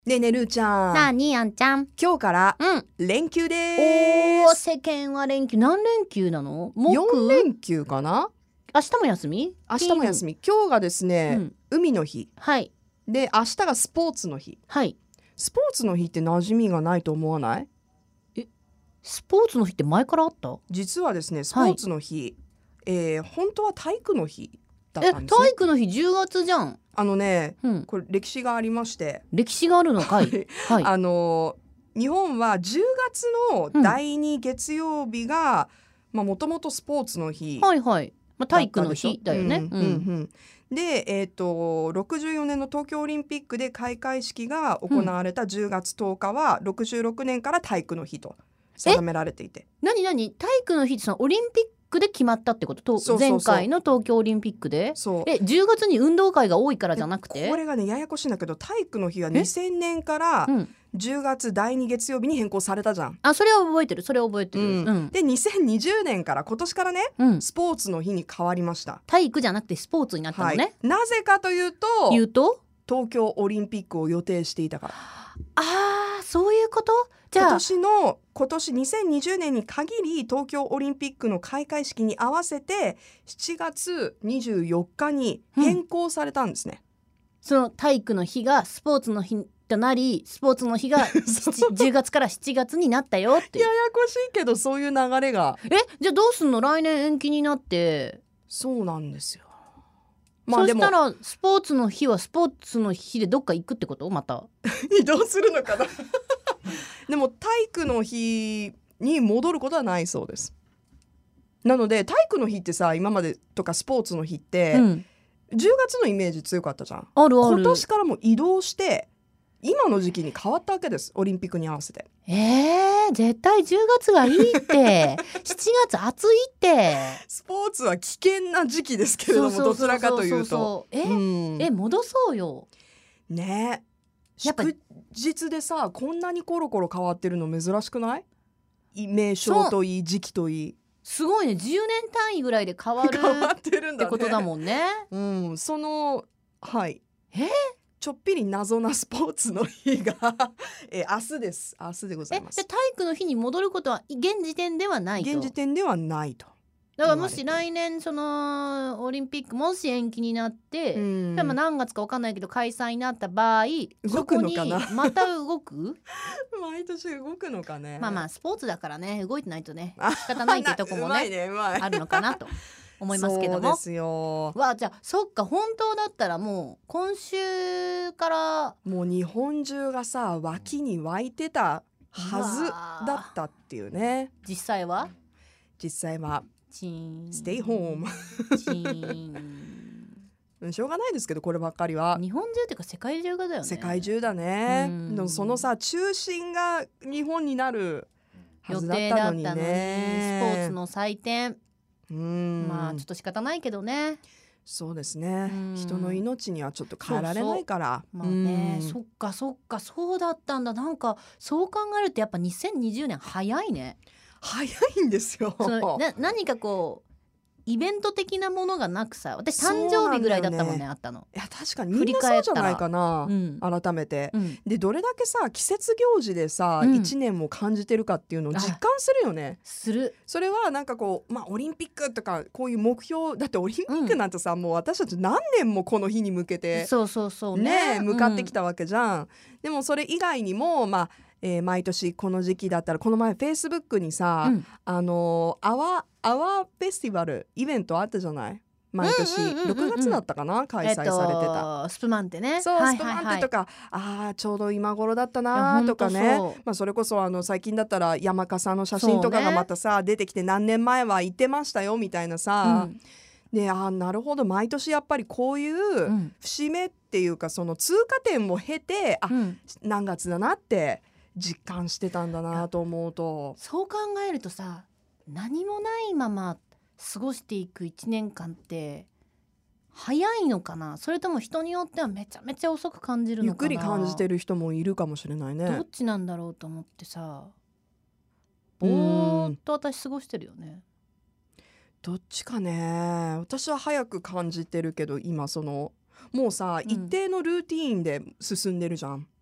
ねえねえるーちゃん、 なにあんちゃん。 今日から連休でおー、 す。 世間は連休。何連休なの？木 4連休かな。 明日も休み？ 明日も休み。今日がですね、海の日はいで、明日がスポーツの日。 はい。 スポーツの日って馴染みがないと思わない？ スポーツの日って前からあった？ 実はですね、スポーツの日、本当は体育の日だったんですね。 体育の日10月じゃん。 これ歴史がありまして、 歴史があるのかい。はい。 日本は10月の第2月曜日がもともとスポーツの日、 はいはい。体育の日だよね。 で、64年の東京オリンピックで開会式が行われた10月10日は66年から体育の日と定められていて。 何体育の日ってそのオリンピックで決まったってこと？ そう前回の東京オリンピックで。 そう 10月に運動会が多いからじゃなくて？ これがねややこしいんだけど、体育の日は2000年から10月第2月曜日に変更されたじゃん。 それは覚えてる。 で2020年から今年からね、スポーツの日に変わりました。 体育じゃなくてスポーツになったのね。 なぜかというと東京オリンピックを予定していたから。 そういうこと？じゃあ今年2020年に限り東京オリンピックの開会式に合わせて7月24日に変更されたんですね。 その体育の日がスポーツの日となり、スポーツの日が10月から7月になったよって。 ややこしいけどそういう流れが。 じゃあどうすんの？来年延期になって。 そうなんですよ。 そしたらスポーツの日はスポーツの日でどっか行くってこと？また移動するのかなでも体育の日に戻ることはないそうです。なので体育の日ってさ、今までとかスポーツの日って、10月のイメージ強かったじゃん。 ある。 今年からも移動して今の時期に変わったわけです、オリンピックに合わせて。 絶対10月がいいって7月暑いって。 スポーツは危険な時期ですけれども、どちらかというと戻そうよね。祝日でさ、こんなにコロコロ変わってるの珍しくない？名称といい時期といい。 すごいね。10年単位ぐらいで変わるってことだもんね。 そのちょっぴり謎なスポーツの日が明日です。明日でございます。 体育の日に戻ることは現時点ではないと。 現時点ではないと。 だからもし来年そのオリンピックもし延期になって、何月か分かんないけど開催になった場合、 動くのかな？ そこにまた動く毎年動くのかね。 スポーツだからね、動いてないとね仕方ないっていうとこもねあるのかなと思いますけども。 そうですよ。 じゃあそっか、本当だったらもう今週からもう日本中がさ脇に湧いてたはずだったっていうね。 実際はステイホームしょうがないですけど、こればっかりは日本中っていうか世界中がだよね。 世界中だね。でもそのさ中心が日本になるはずだったのにね。 スポーツの祭典。ちょっと仕方ないけどね。 そうですね。人の命にはちょっと変えられないから。 そっかそうだったんだ。なんかそう考えるとやっぱ2020年早いね。 早いんですよ。 何かこうイベント的なものがなくさ、私誕生日ぐらいだったもんね。あったの。 いや確かにみんなそうじゃないかな。改めて、でどれだけさ季節行事でさ、1年も感じてるかっていうのを実感するよね。 する。 それはなんかこうオリンピックとかこういう目標だって、オリンピックなんてさ、もう私たち何年もこの日に向けて向かってきたわけじゃん。でもそれ以外にも毎年この時期だったら、この前フェイスブックにさ、アワーフェスティバルイベントあったじゃない。毎年6月だったかな、開催されてた、 スプマンテね。 スプマンテとか、ちょうど今頃だったなとかね。それこそ最近だったら山笠の写真とかがまたさ、出てきて、何年前は行ってましたよみたいなさ、でなるほど、毎年やっぱりこういう節目っていうか、その通過点も経て何月だなって実感してたんだなと思うと、 そう考えるとさ、何もないまま過ごしていく1年間って早いのかな、それとも人によってはめちゃめちゃ遅く感じるのかな。 ゆっくり感じてる人もいるかもしれないね。 どっちなんだろうと思ってさ、ぼーっと私過ごしてるよね。 どっちかね。私は早く感じてるけど、今もうさ、一定のルーティーンで進んでるじゃん。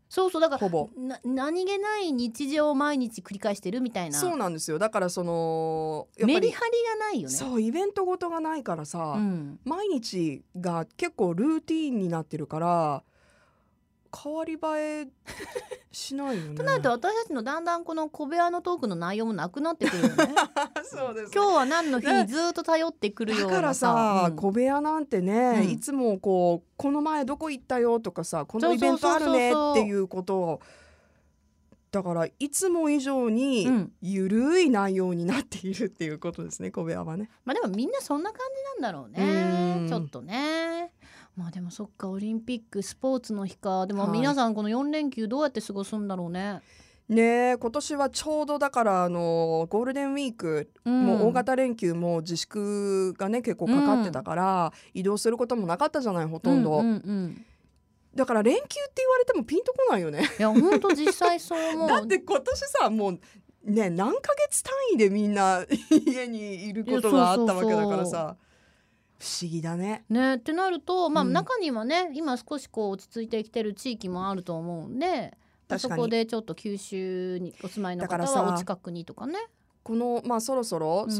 そうそう、だからほぼ何気ない日常を毎日繰り返してるみたいな。 そうなんですよ。だからやっぱりメリハリがないよね。 そう、イベントごとがないからさ、毎日が結構ルーティーンになってるから変わり映えしないよね。 となると私たちのだんだんこの小部屋のトークの内容もなくなってくるよね。 そうですね、 今日は何の日にずっと頼ってくるようなさ。 だからさ、小部屋なんてね、いつもこの前どこ行ったよとかさ、このイベントあるねっていうことを、だからいつも以上にゆるい内容になっているっていうことですね、小部屋はね。 まあでもみんなそんな感じなんだろうね。ちょっとね。まあでもそっか、オリンピックスポーツの日か。でも皆さんこの4連休どうやって過ごすんだろうね。 ねえ、今年はちょうどだからゴールデンウィーク、もう大型連休も自粛がね結構かかってたから、移動することもなかったじゃない、ほとんど。だから連休って言われてもピンとこないよね。 いや本当実際そう思う。 だって今年さ、もうね何ヶ月単位でみんな家にいることがあったわけだからさ、不思議だね。 ねってなると、まあ中にはね、今少しこう落ち着いてきてる地域もあると思うんで、そこでちょっと九州にお住まいの方はお近くにとかね。 まあそろそろ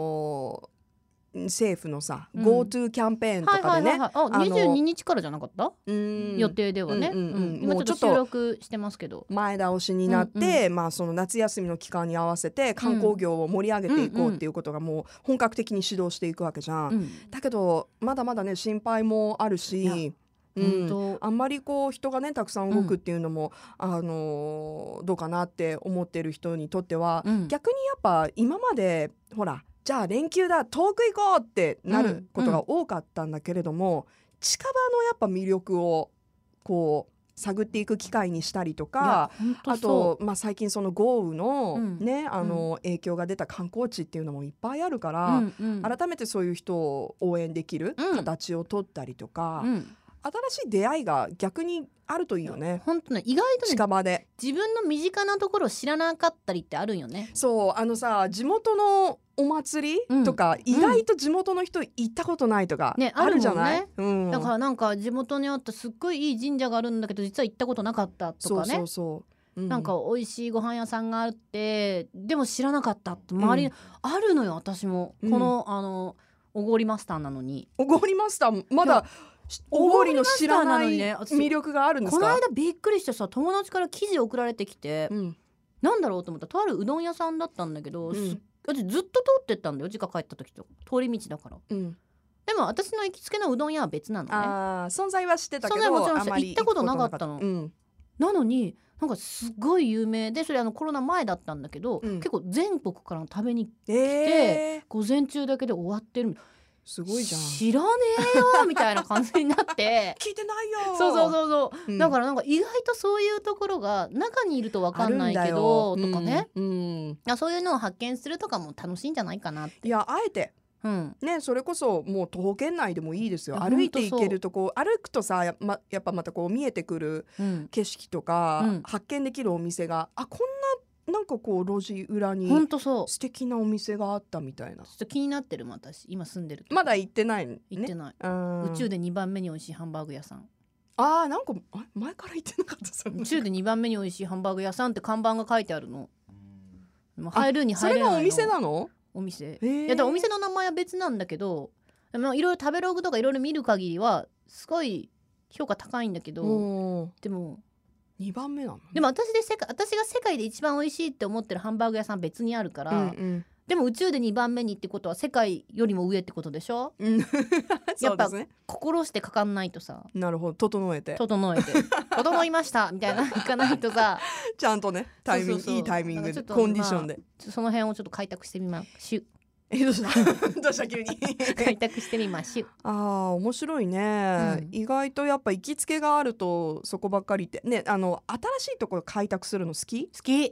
政府のさ、GoTo キャンペーンとかでね、 22日からじゃなかった？予定ではね。今ちょっと収録してますけど、 前倒しになって、まあその夏休みの期間に合わせて観光業を盛り上げていこうっていうことがもう本格的に始動していくわけじゃん。だけどまだまだね心配もあるし、あんまり人がねたくさん動くっていうのも、どうかなって思ってる人にとっては、逆にやっぱ今までほらじゃあ連休だ遠く行こうってなることが多かったんだけれども、近場のやっぱ魅力を探っていく機会にしたりとか、あと、最近その豪雨のね、影響が出た観光地っていうのもいっぱいあるから、改めてそういう人を応援できる形を取ったりとか、新しい出会いが逆にあるといいよね。 本当ね、意外とね、 近場で自分の身近なところを知らなかったりってあるよね。 そうさ、地元のお祭りとか、意外と地元の人行ったことないとかあるじゃない？ だからなんか地元にあったすっごいいい神社があるんだけど実は行ったことなかったとかね。なんか美味しいご飯屋さんがあってでも知らなかったって周りにあるのよ。私もこのおごりマスターなのに。 おごりマスターまだおごりの知らない魅力があるんですか？ この間びっくりしてさ、友達から記事送られてきて、なんだろうと思ったらとあるうどん屋さんだったんだけど、私ずっと通ってったんだよ、実家帰った時と通り道だから、でも私の行きつけのうどん屋は別なのね。 存在は知ってたけどもちろん行ったことなかったの、なのになんかすごい有名で、それコロナ前だったんだけど、結構全国から食べに来て、午前中だけで終わってる。 すごいじゃん。 知らねえよみたいな感じになって聞いてないよ。 そう、だからなんか意外とそういうところが中にいると分かんないけどとかね、そういうのを発見するとかも楽しいんじゃないかなって。 いや、あえてね、それこそもう徒歩圏内でもいいですよ。歩いて行けるとこ歩くとさ、やっぱまた見えてくる景色とか、発見できるお店がこんななんか路地裏に素敵なお店があったみたいな。 ちょっと気になってるもん、私今住んでるとまだ行ってないね。 行ってない。宇宙で2番目に美味しいハンバーグ屋さん。 なんか前から行ってなかった。 宇宙で2番目に美味しいハンバーグ屋さんって看板が書いてあるの。入るに入れないの。 それがお店なの？ お店。いやだからお店の名前は別なんだけど、いろいろ食べログとかいろいろ見る限りはすごい評価高いんだけど、でも 2番目なの、ね、 でも私が世界で一番美味しいって思ってるハンバーグ屋さん別にあるから、でも宇宙で2番目にってことは世界よりも上ってことでしょ、やっぱ心してかかんないとさ。 なるほど、整えて整いましたみたいな行かないとさちゃんとねいいタイミングでコンディションで、 その辺をちょっと開拓してみましゅ。 どうした急に開拓してみましゅ。 面白いね、意外とやっぱ行きつけがあるとそこばっかりってね、新しいところ開拓するの好き？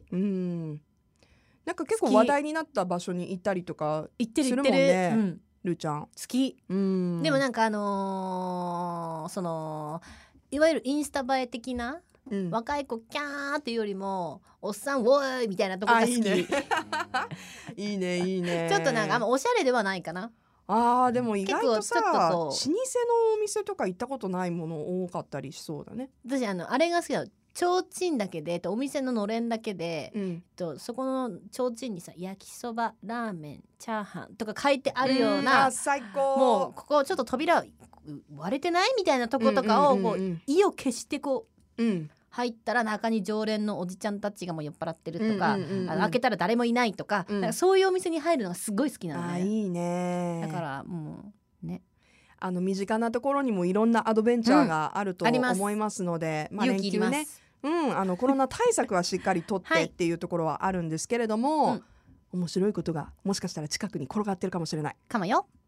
なんか結構話題になった場所に行ったりとかするもんね。るーちゃん好き。でもなんかいわゆるインスタ映え的な、若い子キャーっていうよりもおっさんウォーイみたいなとこが好き。 いいねちょっとなんかおしゃれではないかな。 でも意外とさ、老舗のお店とか行ったことないもの多かったりしそうだね。 私あれが好きだ。 提灯だけでお店ののれんだけで、そこの提灯にさ焼きそばラーメンチャーハンとか書いてあるような、 最高。 もうここちょっと扉割れてないみたいなとことかをこう意を消してこう、入ったら中に常連のおじちゃんたちがもう酔っ払ってるとか、開けたら誰もいないとか、なんかそういうお店に入るのがすごい好きなのね。 いいね。 だからもうね、 身近なところにもいろんなアドベンチャーがあると思いますので、 勇気いります。 コロナ対策はしっかりとってっていうところはあるんですけれども、面白いことがもしかしたら近くに転がってるかもしれない。 かもよ。